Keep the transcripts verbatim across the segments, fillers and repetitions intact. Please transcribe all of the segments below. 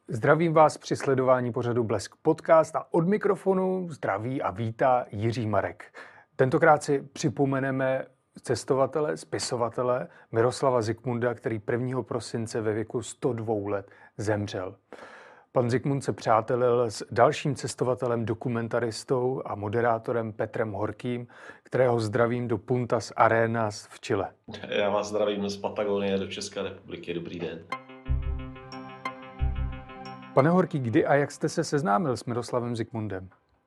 Zdravím vás při sledování pořadu Blesk Podcast a od mikrofonu zdraví a vítá Jiří Marek. Tentokrát si připomeneme cestovatele, spisovatele Miroslava Zikmunda, který prvního prosince ve věku sto dvou let zemřel. Pan Zikmund se přátelil s dalším cestovatelem, dokumentaristou a moderátorem Petrem Horkým, kterého zdravím do Puntas Arenas v Chile. Já vás zdravím z Patagonie do České republiky. Dobrý den. Pane Horký, kdy a jak jste se seznámil s Miroslavem Zikmundem?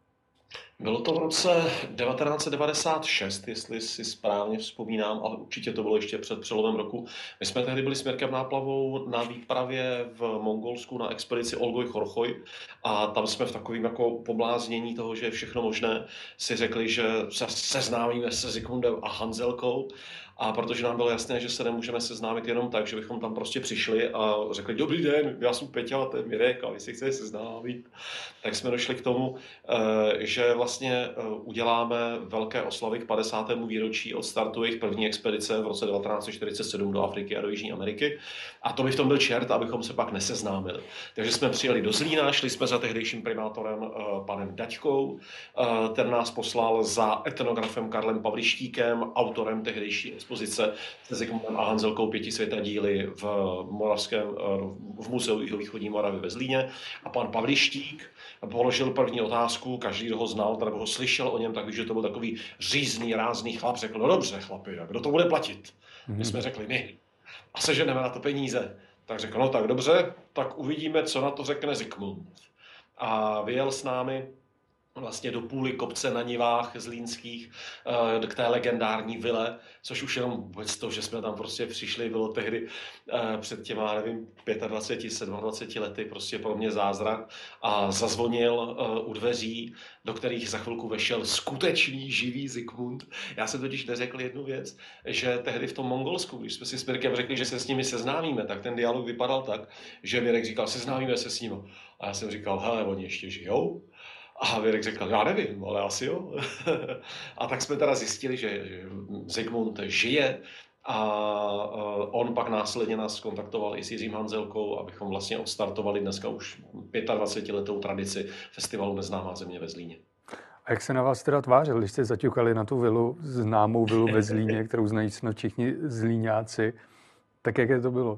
Bylo to v roce devatenáct set devadesát šest, jestli si správně vzpomínám, ale určitě to bylo ještě před přelomem roku. My jsme tehdy byli s Mirkem Náplavou na výpravě v Mongolsku na expedici Olgoj Chorchoj a tam jsme v takovém jako pobláznění toho, že je všechno možné, si řekli, že se seznámíme se Zikmundem a Hanzelkou. A protože nám bylo jasné, že se nemůžeme seznámit jenom tak, že bychom tam prostě přišli a řekli, dobrý den, já jsem Peťa a to je Mirek a vy si chcete seznámit, tak jsme došli k tomu, že vlastně uděláme velké oslavy k padesátému výročí od startu jejich první expedice v roce devatenáct set čtyřicet sedm do Afriky a do Jižní Ameriky. A to by v tom byl čert, abychom se pak neseznámili. Takže jsme přijeli do Zlína, šli jsme za tehdejším primátorem panem Daďkou, ten nás poslal za etnografem Karlem Pavlištíkem, autorem tehdejší expozice se Zikmundem a Hanzelkou pěti světadíly v Moravském, v muzeu Jihovýchodní Moravy ve Zlíně. A pan Pavlištík položil první otázku, každý, kdo ho znal, nebo ho slyšel o něm, tak víš, že to byl takový řízný, rázný chlap, řekl, no dobře chlapi, a kdo to bude platit? My jsme řekli my. A seženeme na to peníze. Tak řekl, no tak dobře, tak uvidíme, co na to řekne Zikmund. A vyjel s námi vlastně do půly kopce na nivách zlínských k té legendární vile, což už jenom vůbec to, že jsme tam prostě přišli, bylo tehdy před těma, nevím, dvaceti pěti, dvaceti sedmi lety prostě pro mě zázrak a zazvonil u dveří, do kterých za chvilku vešel skutečný živý Zikmund. Já jsem totiž neřekl jednu věc, že tehdy v tom Mongolsku, když jsme si s Mirkem řekli, že se s nimi seznámíme, tak ten dialog vypadal tak, že Mirek říkal, seznámíme se s nimi. A já jsem říkal, hele, oni ještě žijou? A Mirek řekl, já nevím, ale asi jo. A tak jsme teda zjistili, že, že Zikmund žije a on pak následně nás kontaktoval i s Jiřím Hanzelkou, abychom vlastně odstartovali dneska už dvacetiletou tradici festivalu Neznámá země ve Zlíně. A jak se na vás teda tvářil, když jste zaťukali na tu vilu, známou vilu ve Zlíně, kterou znají snad všichni zlíňáci, tak jaké to bylo?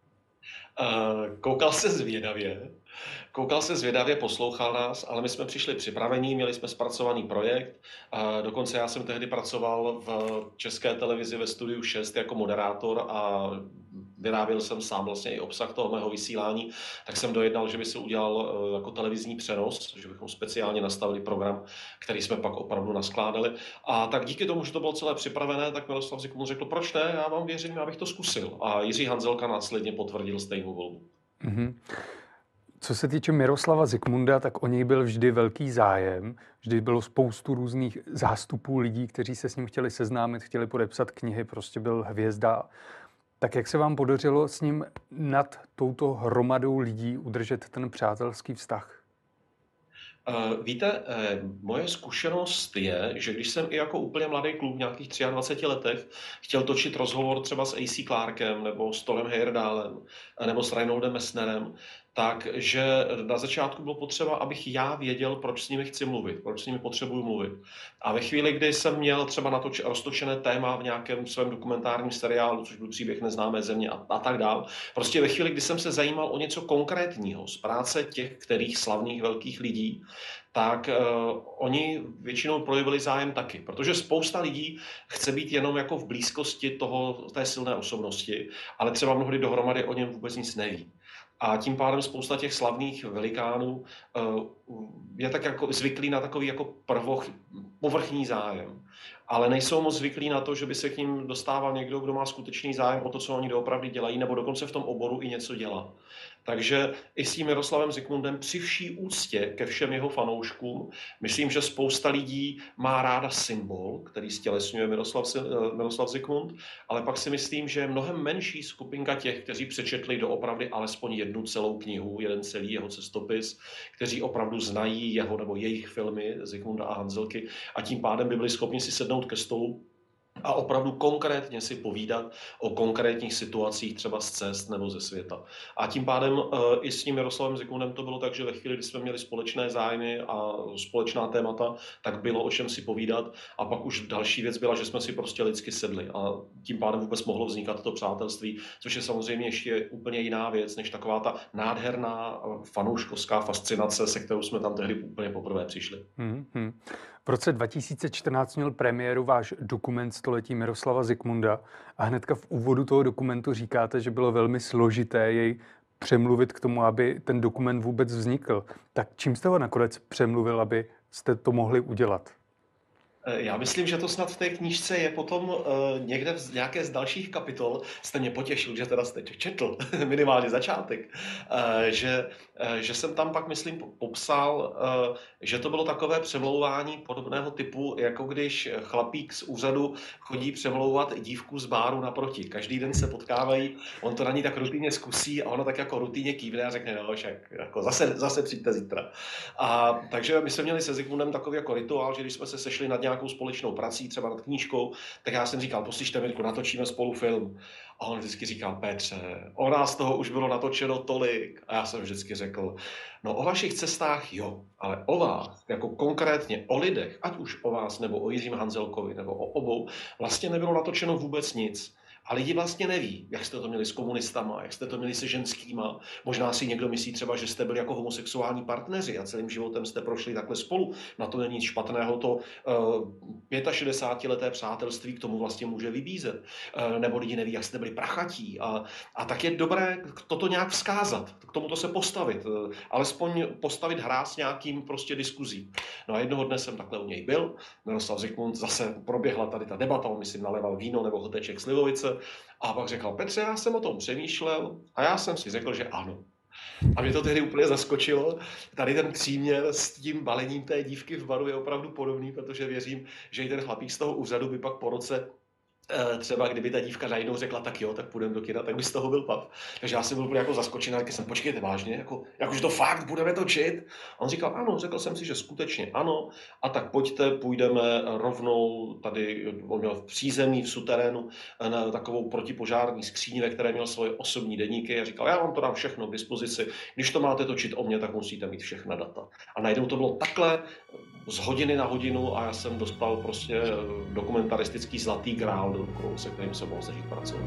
Koukal se zvědavě, koukal se zvědavě, poslouchal nás, ale my jsme přišli připravení, měli jsme zpracovaný projekt. Dokonce já jsem tehdy pracoval v České televizi ve Studiu šest jako moderátor a vyráběl jsem sám vlastně i obsah toho mého vysílání, tak jsem dojednal, že by se udělal jako televizní přenos, že bychom speciálně nastavili program, který jsme pak opravdu naskládali. A tak díky tomu, že to bylo celé připravené, tak Miroslav Zikmund řekl, proč ne, já vám věřím, já bych to zkusil. A Jiří Hanzelka následně potvrdil stejnou volbu. Mm-hmm. Co se týče Miroslava Zikmunda, tak o něj byl vždy velký zájem. Vždy bylo spoustu různých zástupů lidí, kteří se s ním chtěli seznámit, chtěli podepsat knihy, prostě byl hvězda. Tak jak se vám podařilo s ním nad touto hromadou lidí udržet ten přátelský vztah? Víte, moje zkušenost je, že když jsem i jako úplně mladý kluk v nějakých dvaceti třech letech chtěl točit rozhovor třeba s A C Clarkem nebo s Tomem Heyerdálem nebo s Reinholdem Messnerem, takže na začátku bylo potřeba, abych já věděl, proč s nimi chci mluvit, proč s nimi potřebuju mluvit. A ve chvíli, kdy jsem měl třeba natoč, roztočené téma v nějakém svém dokumentárním seriálu, což byl Příběh neznámé země a, a tak dál, prostě ve chvíli, kdy jsem se zajímal o něco konkrétního z práce těch, kterých slavných velkých lidí, tak uh, oni většinou projevili zájem taky, protože spousta lidí chce být jenom jako v blízkosti toho, té silné osobnosti, ale třeba mnohdy dohromady o něm vůbec nic neví. A tím pádem spousta těch slavných velikánů uh, je tak jako zvyklý na takový jako prvoch, povrchní zájem. Ale nejsou moc zvyklí na to, že by se k ním dostával někdo, kdo má skutečný zájem o to, co oni doopravdy dělají, nebo dokonce v tom oboru i něco dělá. Takže i s tím Miroslavem Zikmundem při vší úctě ke všem jeho fanouškům, myslím, že spousta lidí má ráda symbol, který stělesňuje Miroslav, Miroslav Zikmund, ale pak si myslím, že je mnohem menší skupinka těch, kteří přečetli doopravdy alespoň jednu celou knihu, jeden celý jeho cestopis, kteří opravdu znají jeho nebo jejich filmy Zikmunda a Hanzelky a tím pádem by byli schopni si sednout ke stolu a opravdu konkrétně si povídat o konkrétních situacích třeba z cest nebo ze světa. A tím pádem uh, i s tím Miroslavem Zikmundem to bylo tak, že ve chvíli, kdy jsme měli společné zájmy a společná témata, tak bylo o čem si povídat. A pak už další věc byla, že jsme si prostě lidsky sedli a tím pádem vůbec mohlo vznikat to přátelství, což je samozřejmě ještě úplně jiná věc, než taková ta nádherná fanouškovská fascinace, se kterou jsme tam tehdy úplně poprvé přišli. Mm-hmm. V roce dva tisíce čtrnáct měl premiéru váš dokument Století Miroslava Zikmunda a hnedka v úvodu toho dokumentu říkáte, že bylo velmi složité jej přemluvit k tomu, aby ten dokument vůbec vznikl. Tak čím jste ho nakonec přemluvil, aby jste to mohli udělat? Já myslím, že to snad v té knížce je potom uh, někde v nějaké z dalších kapitol. Jste mě potěšil, že teda jste četl, minimálně začátek. Uh, že, uh, že jsem tam pak, myslím, popsal, uh, že to bylo takové přemlouvání podobného typu, jako když chlapík z úřadu chodí přemlouvat dívku z báru naproti. Každý den se potkávají, on to na ní tak rutině zkusí a ona tak jako rutině kývne a řekne, no však, jako zase, zase přijďte zítra. A takže my jsme měli se Zikmundem takový jako rituál, že když jsme se sešli nad nějakou společnou prací, třeba nad knížkou, tak já jsem říkal, poslyšte, Mirku, natočíme spolu film. A on vždycky říkal, Petře, o nás toho už bylo natočeno tolik. A já jsem vždycky řekl, no o vašich cestách jo, ale o vás, jako konkrétně o lidech, ať už o vás, nebo o Jiřím Hanzelkovi, nebo o obou, vlastně nebylo natočeno vůbec nic. A lidi vlastně neví, jak jste to měli s komunistama, jak jste to měli se ženskýma. Možná si někdo myslí třeba, že jste byli jako homosexuální partneři a celým životem jste prošli takhle spolu. Na to není nic špatného, to uh, šedesátileté přátelství k tomu vlastně může vybízet. Uh, nebo lidi neví, jak jste byli prachatí. A, a tak je dobré toto nějak vzkázat, k tomuto se postavit. Uh, alespoň postavit hráz nějakým prostě diskuzí. No a jednoho dne jsem takhle u něj byl. Miroslav Zikmund, zase proběhla tady ta debata, on myslím naleval víno nebo hoteček slivovice. A pak řekl, Petře, já jsem o tom přemýšlel a já jsem si řekl, že ano. A mě to tehdy úplně zaskočilo. Tady ten příměr s tím balením té dívky v baru je opravdu podobný, protože věřím, že i ten chlapík z toho úřadu by pak po roce třeba kdyby ta dívka najednou řekla, tak jo, tak půjdeme do kina, tak by z toho byl pav. Takže já jsem byl jako zaskočený, tak jsem, počkejte vážně, jako, jakože to fakt budeme točit. A on říkal, ano, řekl jsem si, že skutečně ano, a tak pojďte, půjdeme rovnou tady, on měl v přízemí, v suterénu, na takovou protipožární skříň, ve které měl svoje osobní deníky a říkal, já vám to dám všechno k dispozici, když to máte točit o mě, tak musíte mít všechna data. A najednou to bylo takhle z hodiny na hodinu a já jsem dostal prostě dokumentaristický zlatý grál do rukou, se kterým jsem mohl začít pracovat.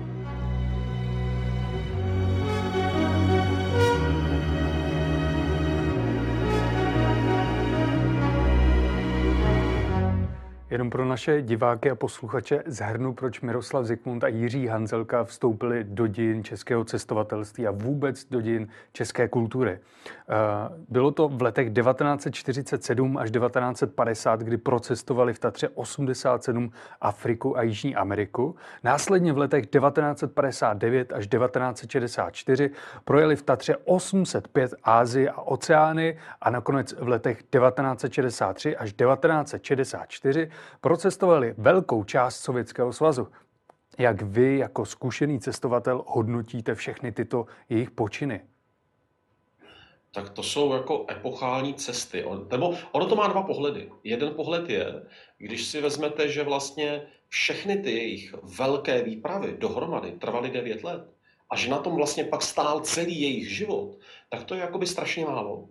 Jenom pro naše diváky a posluchače zhrnu, proč Miroslav Zikmund a Jiří Hanzelka vstoupili do dějin českého cestovatelství a vůbec do dějin české kultury. Bylo to v letech devatenáct set čtyřicet sedm až devatenáct set padesát, kdy procestovali v Tatře osmdesát sedm Afriku a Jižní Ameriku. Následně v letech devatenáct set padesát devět až devatenáct set šedesát čtyři projeli v Tatře osm set pět Asii a oceány a nakonec v letech devatenáct set šedesát tři až devatenáct set šedesát čtyři procestovali velkou část Sovětského svazu. Jak vy jako zkušený cestovatel hodnotíte všechny tyto jejich počiny? Tak to jsou jako epochální cesty. Nebo ono to má dva pohledy. Jeden pohled je, když si vezmete, že vlastně všechny ty jejich velké výpravy dohromady trvaly devět let a že na tom vlastně pak stál celý jejich život, tak to je jakoby strašně málo.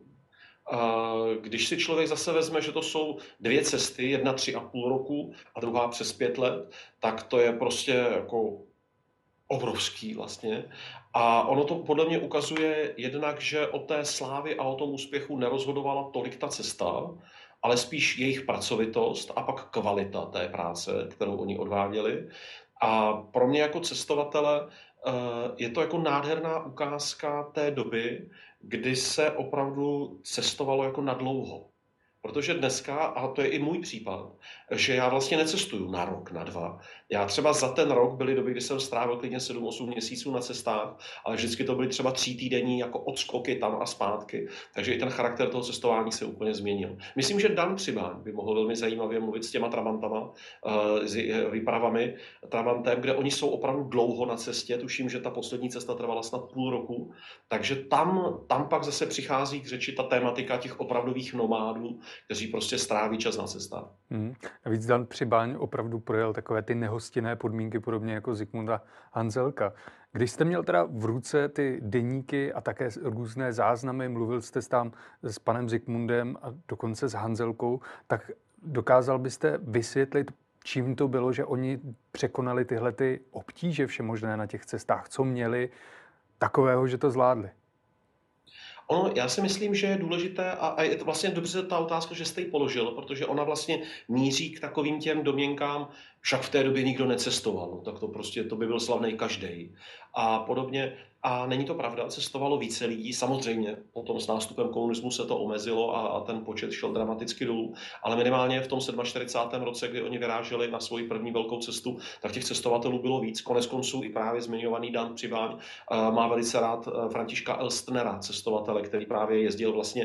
Když si člověk zase vezme, že to jsou dvě cesty, jedna tři a půl roku a druhá přes pět let, tak to je prostě jako obrovský vlastně. A ono to podle mě ukazuje jednak, že o té slávě a o tom úspěchu nerozhodovala tolik ta cesta, ale spíš jejich pracovitost a pak kvalita té práce, kterou oni odváděli. A pro mě jako cestovatele je to jako nádherná ukázka té doby, kdy se opravdu cestovalo jako nadlouho. Protože dneska, a to je i můj případ, že já vlastně necestuju na rok, na dva. Já třeba za ten rok byly doby, kdy jsem strávil klidně sedm osm měsíců na cestách, ale vždycky to byly třeba tří týdenní jako odskoky tam a zpátky. Takže i ten charakter toho cestování se úplně změnil. Myslím, že Dan Přibáň by mohl velmi zajímavě mluvit s těma trabantama, s výpravami trabantem, kde oni jsou opravdu dlouho na cestě. Tuším, že ta poslední cesta trvala snad půl roku. Takže tam, tam pak zase přichází k řeči ta tématika těch opravdových nomádů, kteří prostě stráví čas na cestách. Hmm. Navíc Dan Přibáň opravdu projel takové ty nehostinné podmínky, podobně jako Zikmunda Hanzelka. Když jste měl teda v ruce ty deníky a také různé záznamy, mluvil jste tam s panem Zikmundem a dokonce s Hanzelkou, tak dokázal byste vysvětlit, čím to bylo, že oni překonali tyhle ty obtíže všemožné na těch cestách, co měli takového, že to zvládli? Ono, já si myslím, že je důležité, a, a je to vlastně dobře ta otázka, že jste ji položil, protože ona vlastně míří k takovým těm domněnkám, však v té době nikdo necestoval, no, tak to prostě, to by byl slavnej každej. A podobně. A není to pravda, cestovalo více lidí, samozřejmě, potom s nástupem komunismu se to omezilo a, a ten počet šel dramaticky dolů, ale minimálně v tom čtyřicátém sedmém roce, kdy oni vyráželi na svoji první velkou cestu, tak těch cestovatelů bylo víc. Konec konců i právě zmiňovaný Dan Přiváň má velice rád Františka Elstnera, cestovatele, který právě jezdil vlastně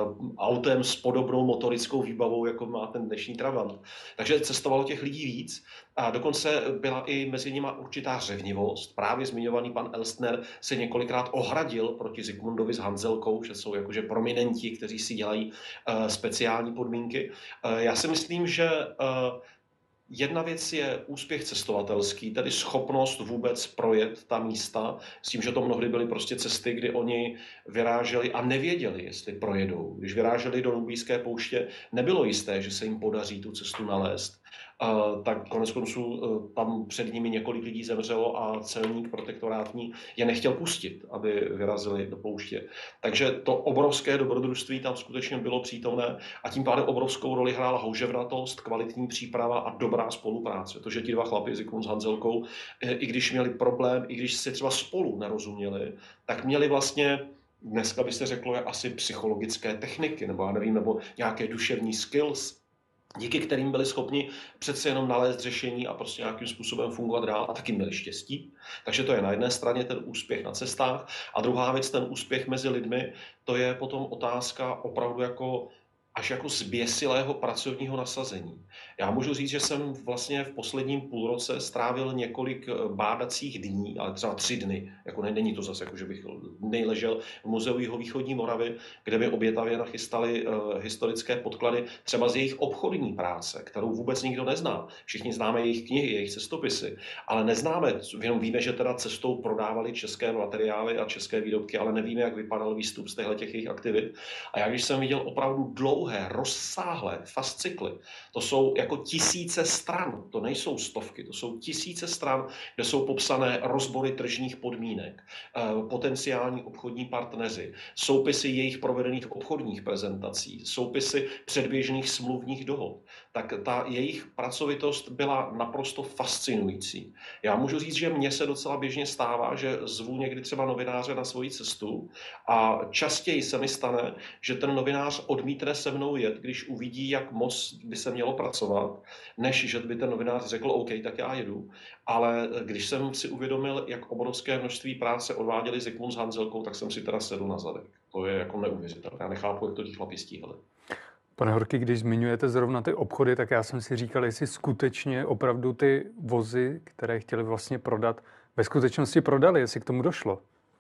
autem s podobnou motorickou výbavou, jako má ten dnešní Trabant. Takže cestovalo těch lidí víc. A dokonce byla i mezi nimi určitá řevnivost. Právě zmiňovaný pan Elstner se několikrát ohradil proti Zikmundovi s Hanzelkou, že jsou jakože prominenti, kteří si dělají uh, speciální podmínky. Uh, já si myslím, že uh, jedna věc je úspěch cestovatelský, tedy schopnost vůbec projet ta místa, s tím, že to mnohdy byly prostě cesty, kdy oni vyráželi a nevěděli, jestli projedou. Když vyráželi do Nubijské pouště, nebylo jisté, že se jim podaří tu cestu nalézt. Uh, tak konec konců uh, tam před nimi několik lidí zemřelo a celník protektorátní je nechtěl pustit, aby vyrazili do pouště. Takže to obrovské dobrodružství tam skutečně bylo přítomné a tím pádem obrovskou roli hrála houževnatost, kvalitní příprava a dobrá spolupráce. To, že ti dva chlapi, Zikmund s Hanzelkou, i když měli problém, i když se třeba spolu nerozuměli, tak měli vlastně, dneska by se řeklo, je asi psychologické techniky, nebo já nevím, nebo nějaké duševní skills, díky kterým byli schopni přece jenom nalézt řešení a prostě nějakým způsobem fungovat dál a taky měli štěstí. Takže to je na jedné straně ten úspěch na cestách a druhá věc, ten úspěch mezi lidmi, to je potom otázka opravdu jako až jako zběsilého pracovního nasazení. Já můžu říct, že jsem vlastně v posledním půlroce strávil několik bádacích dní, ale třeba tři dny. Jako ne, není to zase, jako že bych nejležel v muzeu Jihovýchodní Moravy, kde mi obětavě nachystali uh, historické podklady třeba z jejich obchodní práce, kterou vůbec nikdo nezná. Všichni známe jejich knihy, jejich cestopisy, ale neznáme, jenom víme, že teda cestou prodávali české materiály a české výrobky, ale nevíme, jak vypadal výstup z těchto jejich aktivit. A já když jsem viděl opravdu dlouhé, rozsáhlé fascikly, to jsou jako tisíce stran, to nejsou stovky, to jsou tisíce stran, kde jsou popsané rozbory tržních podmínek, potenciální obchodní partneři, soupisy jejich provedených obchodních prezentací, soupisy předběžných smluvních dohod. Tak ta jejich pracovitost byla naprosto fascinující. Já můžu říct, že mně se docela běžně stává, že zvu někdy třeba novináře na svoji cestu a častěji se mi stane, že ten novinář odmítne se mnou jet, když uvidí, jak moc by se mělo pracovat, než že by ten novinář řekl, OK, tak já jedu. Ale když jsem si uvědomil, jak obrovské množství práce odváděli Zikmund s Hanzelkou, tak jsem si teda sedl na zadek. To je jako neuvěřitelné. Já nechápu, jak to ti chlapi stíhali. Pane Horky, když zmiňujete zrovna ty obchody, tak já jsem si říkal, jestli skutečně opravdu ty vozy, které chtěli vlastně prodat, ve skutečnosti prodali, jestli k tomu došlo.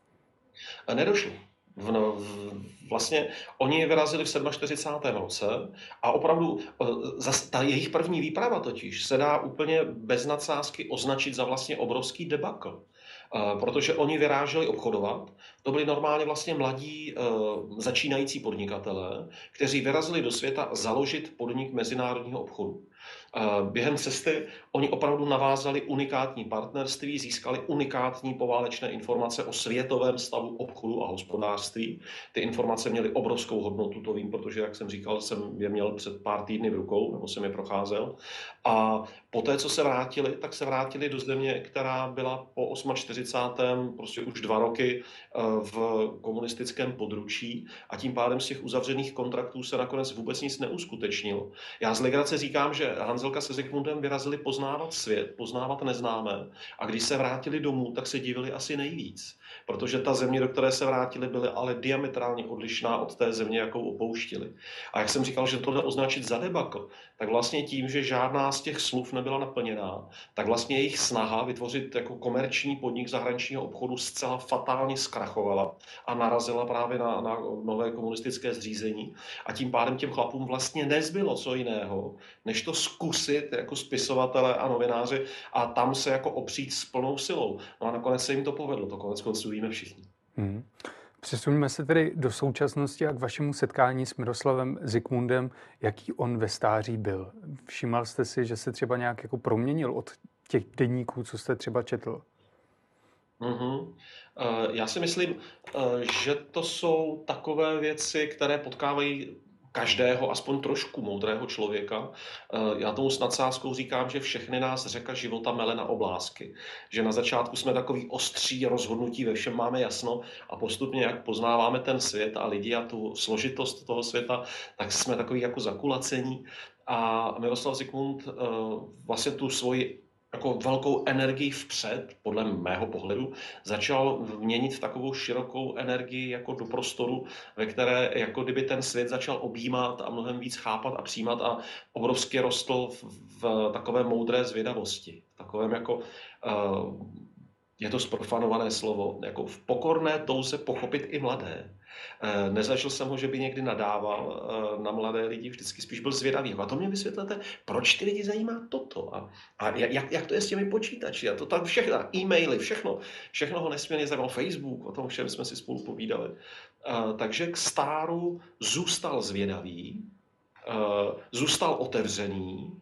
A nedošlo. V, no, v, vlastně oni vyrazili v čtyřicátém sedmém roce a opravdu ta jejich první výprava totiž se dá úplně bez nadsázky označit za vlastně obrovský debakl. Protože oni vyráželi obchodovat. To byli normálně vlastně mladí začínající podnikatelé, kteří vyrazili do světa založit podnik mezinárodního obchodu. Během cesty oni opravdu navázali unikátní partnerství, získali unikátní poválečné informace o světovém stavu obchodu a hospodářství. Ty informace měly obrovskou hodnotu, to vím, protože, jak jsem říkal, jsem je měl před pár týdny v rukou, nebo jsem je procházel. A poté, co se vrátili, tak se vrátili do země, která byla po čtyřicátém osmém prostě už dva roky v komunistickém područí a tím pádem z těch uzavřených kontraktů se nakonec vůbec nic neuskutečnilo. Já z legrace říkám, že Hanzelka se Zikmundem vyrazili poznávat svět, poznávat neznámé a když se vrátili domů, tak se divili asi nejvíc. protože ta země, do které se vrátili, byly ale diametrálně odlišná od té země, jakou opouštili. A jak jsem říkal, že to jde označit za debakl, tak vlastně tím, že žádná z těch slov nebyla naplněná, tak vlastně jejich snaha vytvořit jako komerční podnik zahraničního obchodu zcela fatálně zkrachovala a narazila právě na, na nové komunistické zřízení. A tím pádem těm chlapům vlastně nezbylo co jiného, než to zkusit jako spisovatele a novináři a tam se jako opřít s plnou silou. No a nakonec se jim to povedlo, to konec konců víme všichni. Hmm. Přesuňme se tedy do současnosti a k vašemu setkání s Miroslavem Zikmundem. Jaký on ve stáří byl? Všiml jste si, že se třeba nějak jako proměnil od těch deníků, co jste třeba četl? Mm-hmm. Já si myslím, že to jsou takové věci, které potkávají každého aspoň trošku moudrého člověka. Já tomu s nadsázkou říkám, že všechny nás řeka života mele na oblásky. Že na začátku jsme takový ostří rozhodnutí, ve všem máme jasno a postupně, jak poznáváme ten svět a lidi a tu složitost toho světa, tak jsme takový jako zakulacení. A Miroslav Zikmund vlastně tu svoji jako velkou energii vpřed, podle mého pohledu, začal měnit v takovou širokou energii jako do prostoru, ve které jako kdyby ten svět začal objímat a mnohem víc chápat a přijímat a obrovsky rostl v, v takové moudré zvědavosti. V takovém jako, uh, je to zprofanované slovo, jako v pokorné touze pochopit i mladé. Nezažil jsem ho, že by někdy nadával na mladé lidi, vždycky spíš byl zvědavý. A to mě vysvětlete, proč ty lidi zajímá toto? A, a jak, jak to je s těmi počítači? A to tam všechno, e-maily, všechno. Všechno ho nesmírně zajímal, Facebook, o tom všem jsme si spolu povídali. A, takže k stáru zůstal zvědavý, a, zůstal otevřený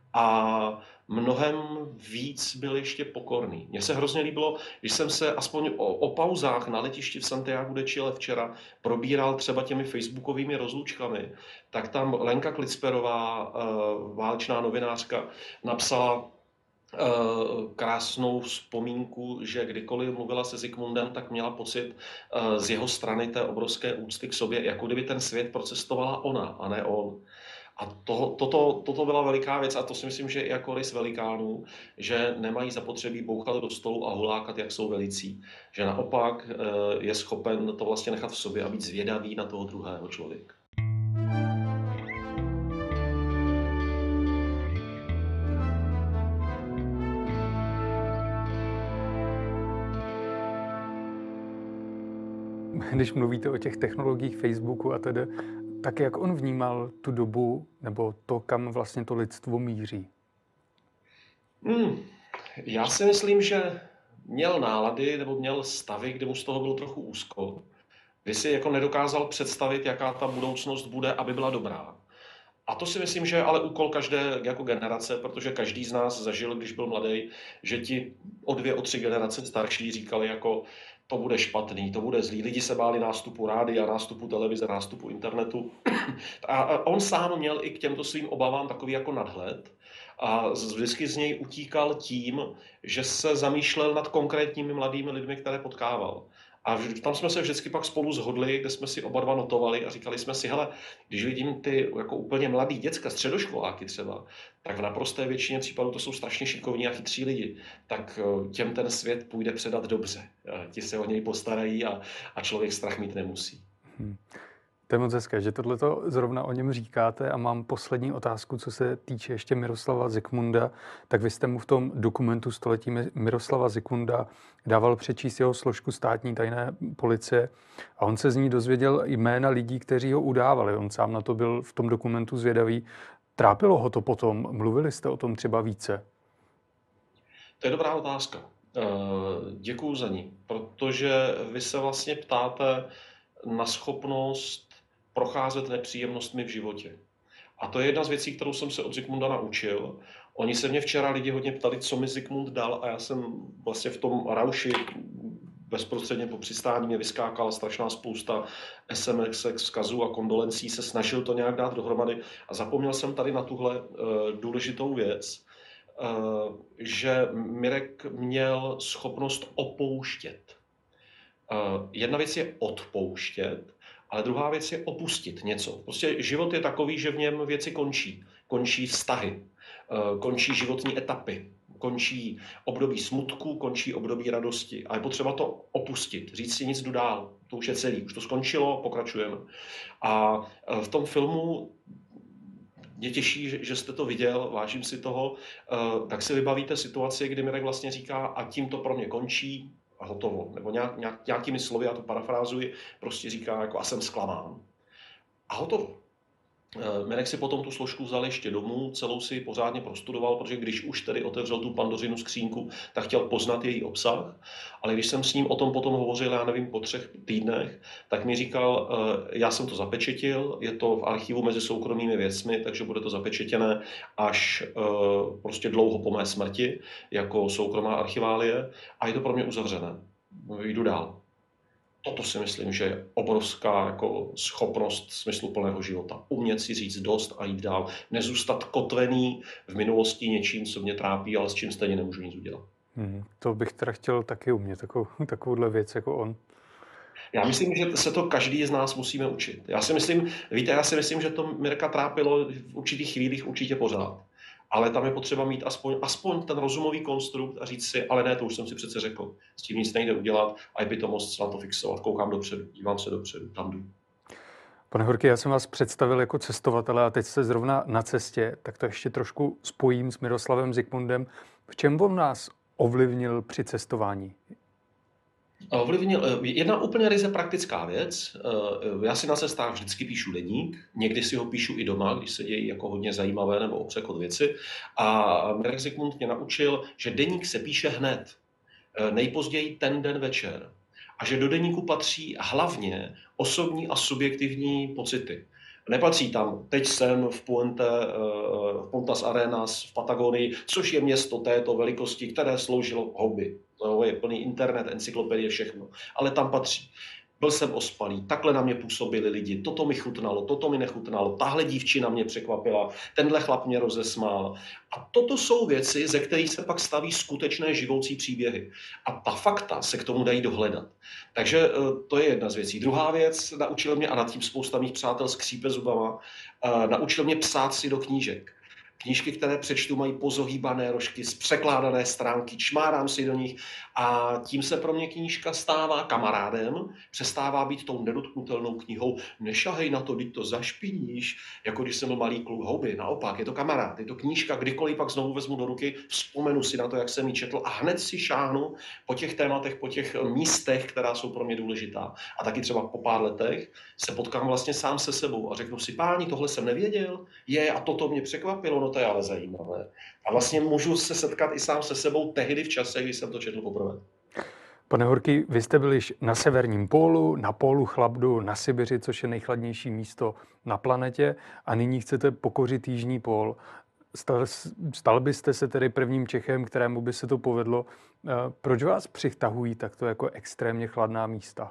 a mnohem víc byl ještě pokorný. Mně se hrozně líbilo, když jsem se aspoň o, o pauzách na letišti v Santiagu de Chile včera probíral třeba těmi facebookovými rozlučkami, tak tam Lenka Klicperová, uh, válečná novinářka, napsala uh, krásnou vzpomínku, že kdykoliv mluvila se Zikmundem, tak měla pocit uh, z jeho strany té obrovské úcty k sobě, jako kdyby ten svět procestovala ona, a ne on. A to, toto, toto byla veliká věc a to si myslím, že i jako rys velikánů, že nemají zapotřebí bouchat do stolu a hulákat, jak jsou velicí. Že naopak je schopen to vlastně nechat v sobě a být zvědavý na toho druhého člověka. Když mluvíte o těch technologiích Facebooku a tedy, tak jak on vnímal tu dobu, nebo to, kam vlastně to lidstvo míří? Hmm, já si myslím, že měl nálady, nebo měl stavy, kde mu z toho bylo trochu úzko. Kdy si jako nedokázal představit, jaká ta budoucnost bude, aby byla dobrá. A to si myslím, že je ale úkol každé jako generace, protože každý z nás zažil, když byl mladý, že ti o dvě, o tři generace starší říkali jako to bude špatný, to bude zlý. Lidi se báli nástupu rádia, nástupu televize, nástupu internetu. A on sám měl i k těmto svým obavám takový jako nadhled. A vždycky z něj utíkal tím, že se zamýšlel nad konkrétními mladými lidmi, které potkával. A tam jsme se vždycky pak spolu shodli, kde jsme si oba dva notovali a říkali jsme si, hele, když vidím ty jako úplně mladý děcka, středoškoláky třeba, tak v naprosté většině případů to jsou strašně šikovní a chytří lidi, tak těm ten svět půjde předat dobře. Ti se o něj postarají a, a člověk strach mít nemusí. Hmm. To je moc hezké, že tohleto zrovna o něm říkáte a mám poslední otázku, co se týče ještě Miroslava Zikmunda. Tak vy jste mu v tom dokumentu Století Miroslava Zikmunda dával přečíst jeho složku státní tajné policie a on se z ní dozvěděl jména lidí, kteří ho udávali. On sám na to byl v tom dokumentu zvědavý. Trápilo ho to potom? Mluvili jste o tom třeba více? To je dobrá otázka. Děkuju za ní, protože vy se vlastně ptáte na schopnost procházet nepříjemnostmi v životě. A to je jedna z věcí, kterou jsem se od Zikmunda naučil. Oni se mě včera lidi hodně ptali, co mi Zikmund dal a já jsem vlastně v tom rauši bezprostředně po přistání mě vyskákala strašná spousta es em es, vzkazů a kondolencí, se snažil to nějak dát dohromady a zapomněl jsem tady na tuhle uh, důležitou věc, uh, že Mirek měl schopnost opouštět. Uh, jedna věc je odpouštět, ale druhá věc je opustit něco. Prostě život je takový, že v něm věci končí. Končí vztahy, uh, končí životní etapy. končí období smutku, končí období radosti. A je potřeba to opustit, říct si nic jdu dál. To už je celý, už to skončilo, pokračujeme. A v tom filmu mě těší, že jste to viděl, vážím si toho, tak si vybavíte situaci, kdy Mirek vlastně říká a tím to pro mě končí a hotovo. Nebo nějak, nějak, nějakými slovy, já to parafrázuji, prostě říká jako a jsem zklamán. A hotovo. Mirek si potom tu složku vzal ještě domů, celou si ji pořádně prostudoval, protože když už tedy otevřel tu Pandořinu skřínku, tak chtěl poznat její obsah. Ale když jsem s ním o tom potom hovořil, já nevím, po třech týdnech, tak mi říkal, já jsem to zapečetil, je to v archivu mezi soukromými věcmi, takže bude to zapečetěné až prostě dlouho po mé smrti, jako soukromá archiválie, a je to pro mě uzavřené. Jdu dál. Toto si myslím, že je obrovská jako schopnost smysluplného života. Umět si říct dost a jít dál. Nezůstat kotvený v minulosti něčím, co mě trápí, ale s čím stejně nemůžu nic udělat. Hmm, to bych teda chtěl taky umět, takovou, takovouhle věc jako on. Já myslím, že se to každý z nás musíme učit. Já si myslím, víte, já si myslím, že to Mirka trápilo v určitých chvílích určitě pořád. Ale tam je potřeba mít aspoň, aspoň ten rozumový konstrukt a říct si, ale ne, to už jsem si přece řekl, s tím nic nejde udělat a je by to moc na to fixovat. Koukám dopředu, dívám se dopředu, tam jdu. Pane Horky, já jsem vás představil jako cestovatele a teď jste zrovna na cestě, tak to ještě trošku spojím s Miroslavem Zikmundem. V čem on nás ovlivnil při cestování? Ovlivnil jedna úplně ryze praktická věc. Já si na cestách vždycky píšu deník, někdy si ho píšu i doma, když se dějí jako hodně zajímavé nebo obřekot věci. A Mirek Zikmund mě naučil, že deník se píše hned, nejpozději ten den večer. A že do deníku patří hlavně osobní a subjektivní pocity. Nepatří tam, teď jsem v Puente, v Puntas Arenas v Patagonii, což je město této velikosti, které sloužilo hobby. To je plný internet, encyklopedie, všechno. Ale tam patří. Byl jsem ospalý, takhle na mě působili lidi, toto mi chutnalo, toto mi nechutnalo, tahle dívčina mě překvapila, tenhle chlap mě rozesmál. A toto jsou věci, ze kterých se pak staví skutečné živoucí příběhy. A ta fakta se k tomu dají dohledat. Takže to je jedna z věcí. Druhá věc, naučil mě, a nad tím spousta mých přátel skřípe zubama, naučil mě psát si do knížek. Knížky, které přečtu, mají pozohýbané rožky, zpřekládané stránky, čmárám si do nich a tím se pro mě knížka stává kamarádem, přestává být tou nedotknutelnou knihou. Nešahej na to, teď to zašpiníš, jako když jsem byl malý kluk houby. Naopak, je to kamarád, je to knížka, kdykoliv pak znovu vezmu do ruky, vzpomenu si na to, jak jsem ji četl a hned si šáhnu po těch tématech, po těch místech, která jsou pro mě důležitá. A taky třeba po pár letech se potkám vlastně sám se sebou a řeknu si, páni, tohle jsem nevěděl, je a toto mě překvapilo, no to je ale zajímavé. A vlastně můžu se setkat i sám se sebou tehdy v čase, kdy jsem to četl poprvé. Pane Horký, vy jste byli na severním pólu, na pólu Chlabdu, na Sibiři, což je nejchladnější místo na planetě a nyní chcete pokořit jižní pól. Stal, stal byste se tedy prvním Čechem, kterému by se to povedlo. Proč vás přitahují takto jako extrémně chladná místa?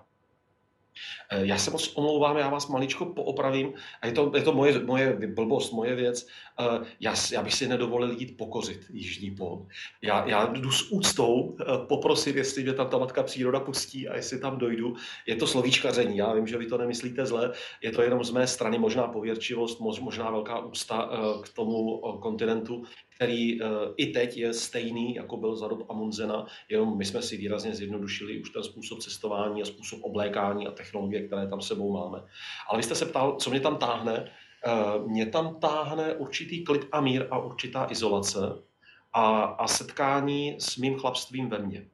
Já se moc omlouvám, já vás maličko poopravím. A je to, je to moje, moje blbost, moje věc. Já, já bych si nedovolil jít pokořit jižní pól. Já, já jdu s úctou poprosit, jestli mě tam ta matka příroda pustí a jestli tam dojdu. Je to slovíčkaření, já vím, že vy to nemyslíte zle. Je to jenom z mé strany možná pověrčivost, možná velká úcta k tomu kontinentu, který i teď je stejný, jako byl za dob Amundsena, jenom my jsme si výrazně zjednodušili už ten způsob cestování a způsob oblékání a technologie, které tam sebou máme. Ale vy jste se ptal, co mě tam táhne. Mě tam táhne určitý klid a mír a určitá izolace a, a setkání s mým chlapstvím ve mně.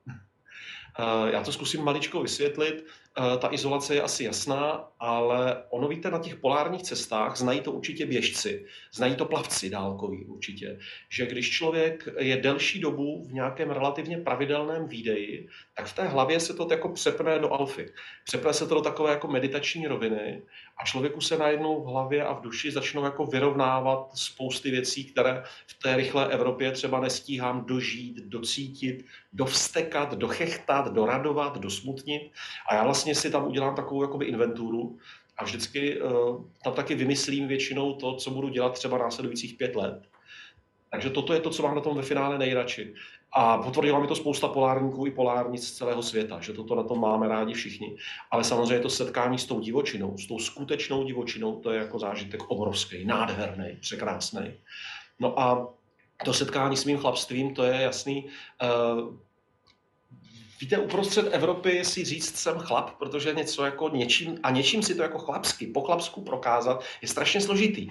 Já to zkusím maličko vysvětlit. Ta izolace je asi jasná, ale ono, víte, na těch polárních cestách znají to určitě běžci, znají to plavci dálkoví určitě, že když člověk je delší dobu v nějakém relativně pravidelném výdeji, tak v té hlavě se to jako přepne do alfy. Přepne se to do takové jako meditační roviny a člověku se najednou v hlavě a v duši začnou jako vyrovnávat spousty věcí, které v té rychlé Evropě třeba nestíhám dožít, docítit, dovstekat, dochechtat, doradovat, dosmutnit. A já vlastně si tam udělám takovou jakoby inventuru a vždycky uh, tam taky vymyslím většinou to, co budu dělat třeba následujících pět let. Takže toto je to, co mám na tom ve finále nejradši. A potvrdila mi to spousta polárníků i polárnic z celého světa, že toto na tom máme rádi všichni. Ale samozřejmě to setkání s tou divočinou, s tou skutečnou divočinou, to je jako zážitek obrovský, nádherný, překrásný. No a to setkání s mým chlapstvím, to je jasný. Uh, Víte, uprostřed Evropy si říct jsem chlap, protože něco jako něčím, a něčím si to jako chlapsky, po chlapsku prokázat, je strašně složitý.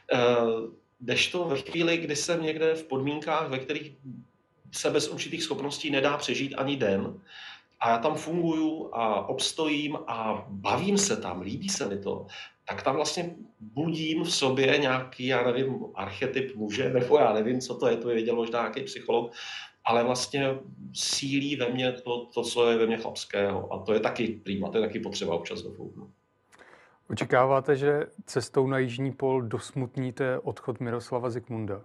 Kdežto ve chvíli, kdy jsem někde v podmínkách, ve kterých se bez určitých schopností nedá přežít ani den, a já tam funguju a obstojím a bavím se tam, líbí se mi to, tak tam vlastně budím v sobě nějaký, já nevím, archetyp muže, nebo já nevím, co to je, to je věděl možná nějaký psycholog, ale vlastně sílí ve mně to, to, co je ve mně chlapského. A to je taky prima, to je taky potřeba občas dofouknout. Očekáváte, že cestou na Jižní pól dosmutníte odchod Miroslava Zikmunda?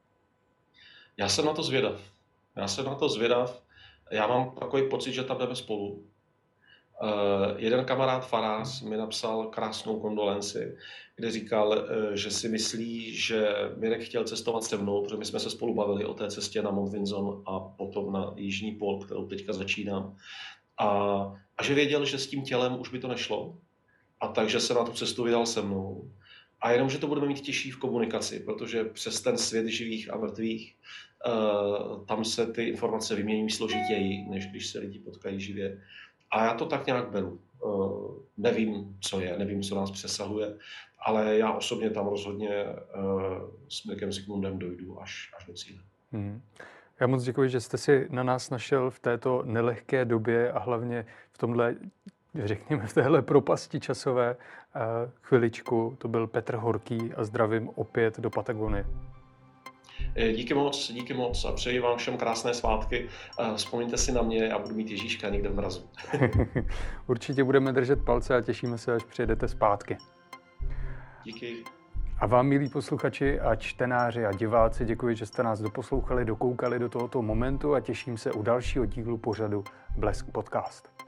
Já jsem na to zvědav. Já jsem na to zvědav. Já mám takový pocit, že tam jdeme spolu. Uh, jeden kamarád Faráz mi napsal krásnou kondolenci, kde říkal, uh, že si myslí, že Mirek chtěl cestovat se mnou, protože my jsme se spolu bavili o té cestě na Mount Vinson a potom na Jižní pól, kterou teďka začínám. A, a že věděl, že s tím tělem už by to nešlo. A takže se na tu cestu vydal se mnou. A jenom, že to budeme mít těžší v komunikaci, protože přes ten svět živých a mrtvých uh, tam se ty informace vyměňují složitěji, než když se lidi potkají živě. A já to tak nějak beru. Uh, nevím, co je, nevím, co nás přesahuje, ale já osobně tam rozhodně uh, s Mirkem Zikmundem dojdu až, až do cíle. Hmm. Já moc děkuji, že jste si na nás našel v této nelehké době a hlavně v tomhle, řekněme, v téhle propasti časové uh, chviličku. To byl Petr Horký a zdravím opět do Patagonie. Díky moc, díky moc a přeji vám všem krásné svátky. Vzpomeňte si na mě a budu mít Ježíška někde v mrazu. Určitě budeme držet palce a těšíme se, až přijedete zpátky. Díky. A vám, milí posluchači a čtenáři a diváci, děkuji, že jste nás doposlouchali, dokoukali do tohoto momentu a těším se u dalšího dílu pořadu Blesk Podcast.